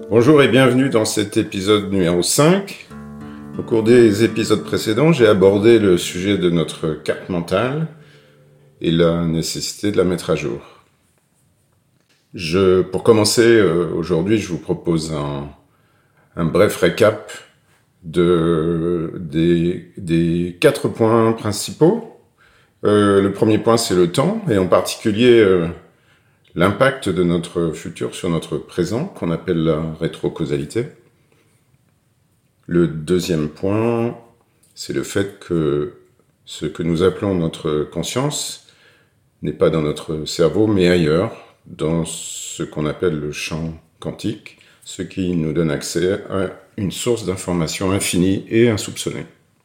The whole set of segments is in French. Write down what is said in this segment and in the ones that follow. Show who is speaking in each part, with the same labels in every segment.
Speaker 1: Bonjour et bienvenue dans cet épisode numéro 5. Au cours des épisodes précédents, j'ai abordé le sujet de notre carte mentale et la nécessité de la mettre à jour. Pour commencer, aujourd'hui, je vous propose un bref récap des 4 points principaux. Le premier point, c'est le temps, et en particulier l'impact de notre futur sur notre présent, qu'on appelle la rétrocausalité. Le deuxième point, c'est le fait que ce que nous appelons notre conscience n'est pas dans notre cerveau, mais ailleurs, dans ce qu'on appelle le champ quantique, ce qui nous donne accès à une source d'information infinie et insoupçonnée.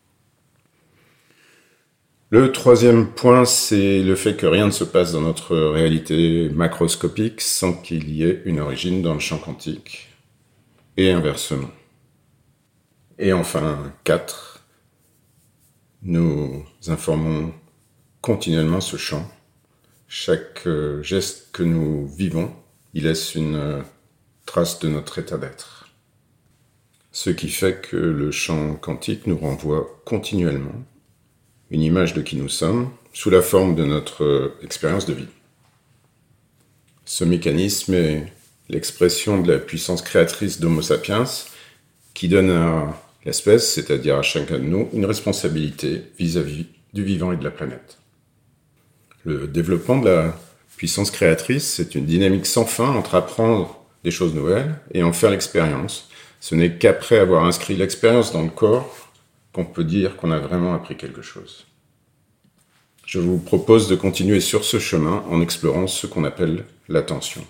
Speaker 1: Le troisième point, c'est le fait que rien ne se passe dans notre réalité macroscopique sans qu'il y ait une origine dans le champ quantique, et inversement. Et enfin, 4, nous informons continuellement ce champ. Chaque geste que nous vivons, il laisse une trace de notre état d'être. Ce qui fait que le champ quantique nous renvoie continuellement une image de qui nous sommes, sous la forme de notre expérience de vie. Ce mécanisme est l'expression de la puissance créatrice d'Homo sapiens, qui donne à l'espèce, c'est-à-dire à chacun de nous, une responsabilité vis-à-vis du vivant et de la planète. Le développement de la puissance créatrice, c'est une dynamique sans fin entre apprendre des choses nouvelles et en faire l'expérience. Ce n'est qu'après avoir inscrit l'expérience dans le corps qu'on peut dire qu'on a vraiment appris quelque chose. Je vous propose de continuer sur ce chemin en explorant ce qu'on appelle l'attention.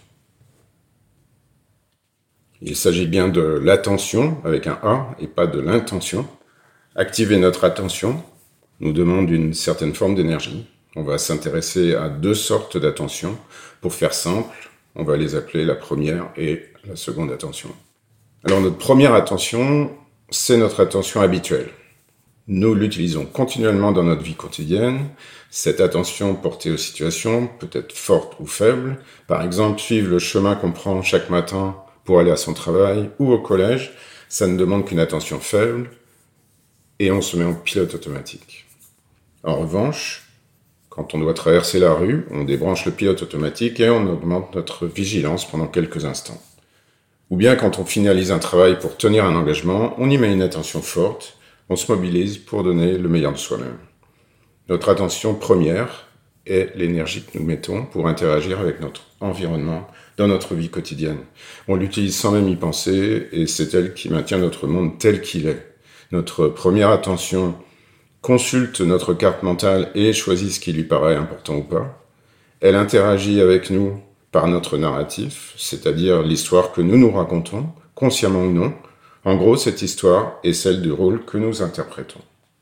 Speaker 1: Il s'agit bien de l'attention avec un A et pas de l'intention. Activer notre attention nous demande une certaine forme d'énergie. On va s'intéresser à 2 sortes d'attention. Pour faire simple, on va les appeler la première et la seconde attention. Alors notre première attention, c'est notre attention habituelle. Nous l'utilisons continuellement dans notre vie quotidienne. Cette attention portée aux situations peut être forte ou faible. Par exemple, suivre le chemin qu'on prend chaque matin pour aller à son travail ou au collège, ça ne demande qu'une attention faible et on se met en pilote automatique. En revanche, quand on doit traverser la rue, on débranche le pilote automatique et on augmente notre vigilance pendant quelques instants. Ou bien quand on finalise un travail pour tenir un engagement, on y met une attention forte. On se mobilise pour donner le meilleur de soi-même. Notre attention première est l'énergie que nous mettons pour interagir avec notre environnement dans notre vie quotidienne. On l'utilise sans même y penser et c'est elle qui maintient notre monde tel qu'il est. Notre première attention consulte notre carte mentale et choisit ce qui lui paraît important ou pas. Elle interagit avec nous par notre narratif, c'est-à-dire l'histoire que nous nous racontons, consciemment ou non. En gros, cette histoire est celle du rôle que nous interprétons.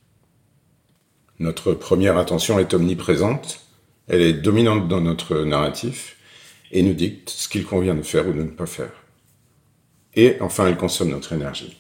Speaker 1: Notre première attention est omniprésente, elle est dominante dans notre narratif et nous dicte ce qu'il convient de faire ou de ne pas faire. Et enfin, elle consomme notre énergie.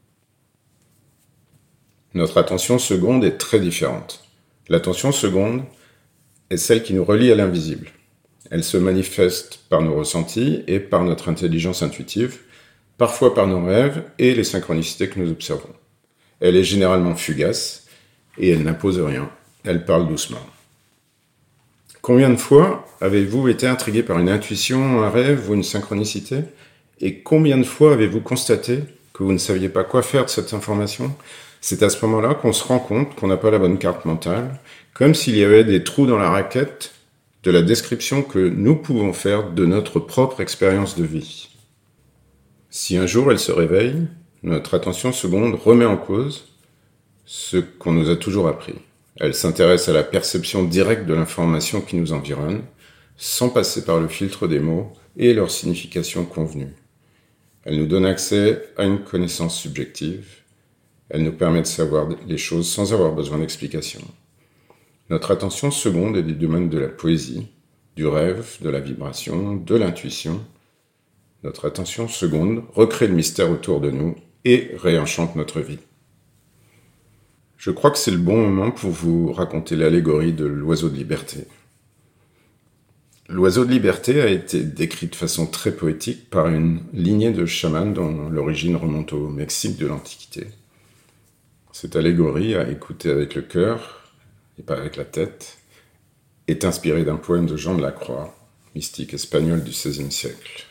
Speaker 1: Notre attention seconde est très différente. L'attention seconde est celle qui nous relie à l'invisible. Elle se manifeste par nos ressentis et par notre intelligence intuitive, parfois par nos rêves et les synchronicités que nous observons. Elle est généralement fugace et elle n'impose rien, elle parle doucement. Combien de fois avez-vous été intrigué par une intuition, un rêve ou une synchronicité? Et combien de fois avez-vous constaté que vous ne saviez pas quoi faire de cette information? C'est à ce moment-là qu'on se rend compte qu'on n'a pas la bonne carte mentale, comme s'il y avait des trous dans la raquette de la description que nous pouvons faire de notre propre expérience de vie. Si un jour elle se réveille, notre attention seconde remet en cause ce qu'on nous a toujours appris. Elle s'intéresse à la perception directe de l'information qui nous environne, sans passer par le filtre des mots et leur signification convenue. Elle nous donne accès à une connaissance subjective. Elle nous permet de savoir les choses sans avoir besoin d'explication. Notre attention seconde est du domaine de la poésie, du rêve, de la vibration, de l'intuition. Notre attention seconde recrée le mystère autour de nous et réenchante notre vie. Je crois que c'est le bon moment pour vous raconter l'allégorie de l'oiseau de liberté. L'oiseau de liberté a été décrit de façon très poétique par une lignée de chamans dont l'origine remonte au Mexique de l'Antiquité. Cette allégorie, à écouter avec le cœur et pas avec la tête, est inspirée d'un poème de Jean de la Croix, mystique espagnol du XVIe siècle.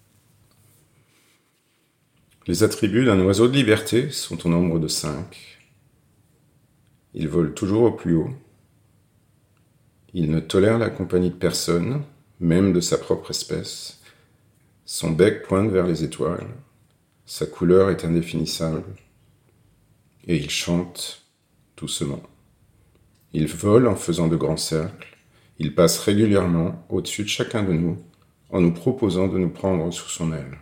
Speaker 1: Les attributs d'un oiseau de liberté sont au nombre de 5. Il vole toujours au plus haut. Il ne tolère la compagnie de personne, même de sa propre espèce. Son bec pointe vers les étoiles. Sa couleur est indéfinissable. Et il chante doucement. Il vole en faisant de grands cercles. Il passe régulièrement au-dessus de chacun de nous en nous proposant de nous prendre sous son aile.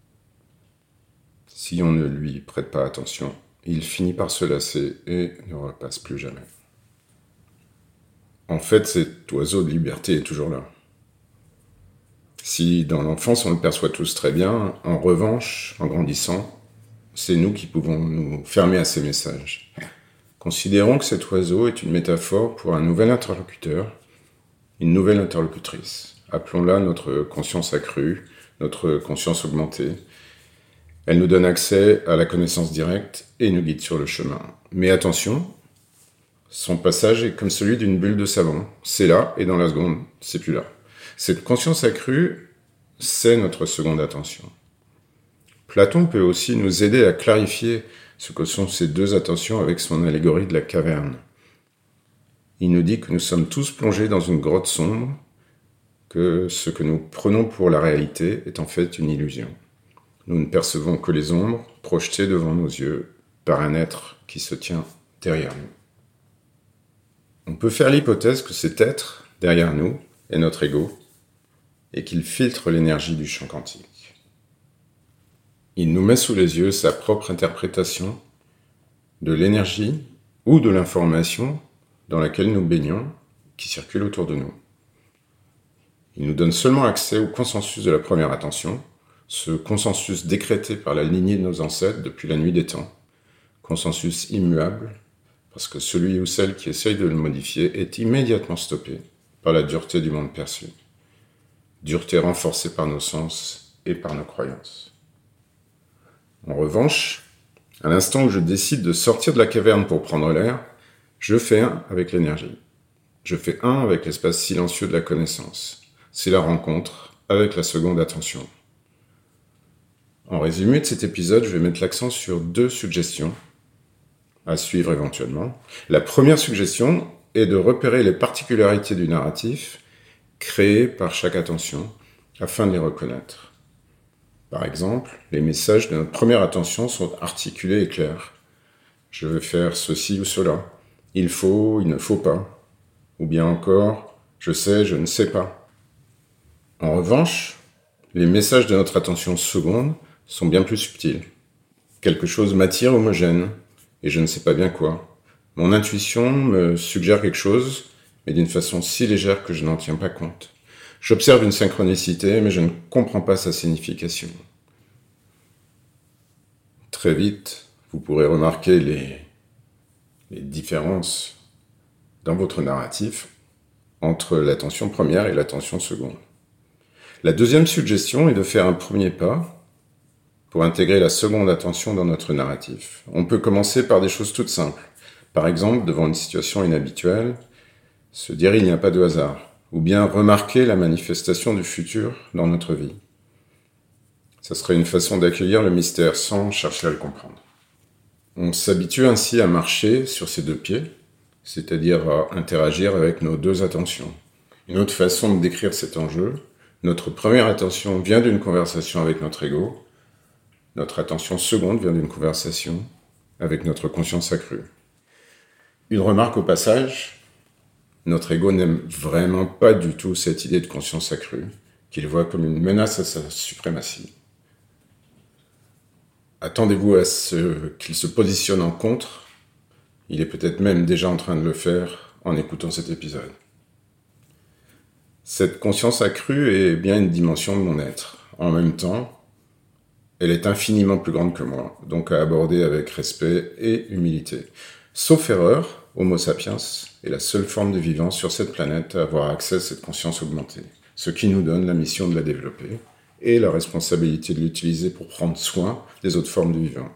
Speaker 1: Si on ne lui prête pas attention, il finit par se lasser et ne repasse plus jamais. En fait, cet oiseau de liberté est toujours là. Si dans l'enfance on le perçoit tous très bien, en revanche, en grandissant, c'est nous qui pouvons nous fermer à ces messages. Considérons que cet oiseau est une métaphore pour un nouvel interlocuteur, une nouvelle interlocutrice. Appelons-la notre conscience accrue, notre conscience augmentée. Elle nous donne accès à la connaissance directe et nous guide sur le chemin. Mais attention, son passage est comme celui d'une bulle de savon. C'est là et dans la seconde, c'est plus là. Cette conscience accrue, c'est notre seconde attention. Platon peut aussi nous aider à clarifier ce que sont ces deux attentions avec son allégorie de la caverne. Il nous dit que nous sommes tous plongés dans une grotte sombre, que ce que nous prenons pour la réalité est en fait une illusion. Nous ne percevons que les ombres projetées devant nos yeux par un être qui se tient derrière nous. On peut faire l'hypothèse que cet être, derrière nous, est notre ego, et qu'il filtre l'énergie du champ quantique. Il nous met sous les yeux sa propre interprétation de l'énergie ou de l'information dans laquelle nous baignons, qui circule autour de nous. Il nous donne seulement accès au consensus de la première attention, ce consensus décrété par la lignée de nos ancêtres depuis la nuit des temps, consensus immuable, parce que celui ou celle qui essaye de le modifier est immédiatement stoppé par la dureté du monde perçu. Dureté renforcée par nos sens et par nos croyances. En revanche, à l'instant où je décide de sortir de la caverne pour prendre l'air, je fais un avec l'énergie. Je fais un avec l'espace silencieux de la connaissance. C'est la rencontre avec la seconde attention. En résumé de cet épisode, je vais mettre l'accent sur 2 suggestions à suivre éventuellement. La première suggestion est de repérer les particularités du narratif créé par chaque attention afin de les reconnaître. Par exemple, les messages de notre première attention sont articulés et clairs. Je veux faire ceci ou cela. Il faut, il ne faut pas. Ou bien encore, je sais, je ne sais pas. En revanche, les messages de notre attention seconde sont bien plus subtils. Quelque chose m'attire ou me gêne, et je ne sais pas bien quoi. Mon intuition me suggère quelque chose, mais d'une façon si légère que je n'en tiens pas compte. J'observe une synchronicité, mais je ne comprends pas sa signification. Très vite, vous pourrez remarquer les différences dans votre narratif entre l'attention première et l'attention seconde. La deuxième suggestion est de faire un premier pas pour intégrer la seconde attention dans notre narratif. On peut commencer par des choses toutes simples. Par exemple, devant une situation inhabituelle, se dire il n'y a pas de hasard, ou bien remarquer la manifestation du futur dans notre vie. Ça serait une façon d'accueillir le mystère sans chercher à le comprendre. On s'habitue ainsi à marcher sur ses 2 pieds, c'est-à-dire à interagir avec nos 2 attentions. Une autre façon de décrire cet enjeu, notre première attention vient d'une conversation avec notre ego, notre attention seconde vient d'une conversation avec notre conscience accrue. Une remarque au passage, notre ego n'aime vraiment pas du tout cette idée de conscience accrue, qu'il voit comme une menace à sa suprématie. Attendez-vous à ce qu'il se positionne en contre, il est peut-être même déjà en train de le faire en écoutant cet épisode. Cette conscience accrue est bien une dimension de mon être. En même temps, elle est infiniment plus grande que moi, donc à aborder avec respect et humilité. Sauf erreur, Homo sapiens est la seule forme de vivant sur cette planète à avoir accès à cette conscience augmentée. ce qui nous donne la mission de la développer et la responsabilité de l'utiliser pour prendre soin des autres formes du vivant.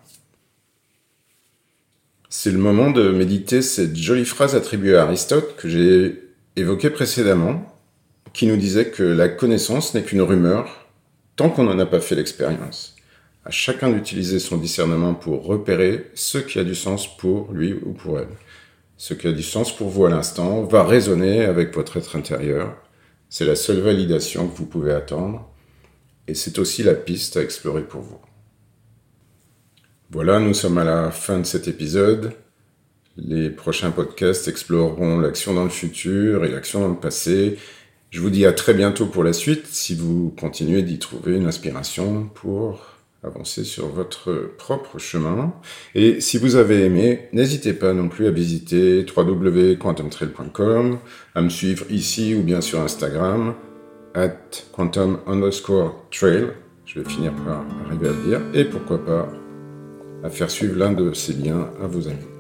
Speaker 1: C'est le moment de méditer cette jolie phrase attribuée à Aristote que j'ai évoquée précédemment, qui nous disait que la connaissance n'est qu'une rumeur tant qu'on n'en a pas fait l'expérience. À chacun d'utiliser son discernement pour repérer ce qui a du sens pour lui ou pour elle. Ce qui a du sens pour vous à l'instant va résonner avec votre être intérieur. C'est la seule validation que vous pouvez attendre. Et c'est aussi la piste à explorer pour vous. Voilà, nous sommes à la fin de cet épisode. Les prochains podcasts exploreront l'action dans le futur et l'action dans le passé. Je vous dis à très bientôt pour la suite, si vous continuez d'y trouver une inspiration pour avancer sur votre propre chemin. Et si vous avez aimé, n'hésitez pas non plus à visiter www.quantumtrail.com, à me suivre ici ou bien sur Instagram, @quantum_trail, je vais finir par arriver à le dire, et pourquoi pas à faire suivre l'un de ces liens à vos amis.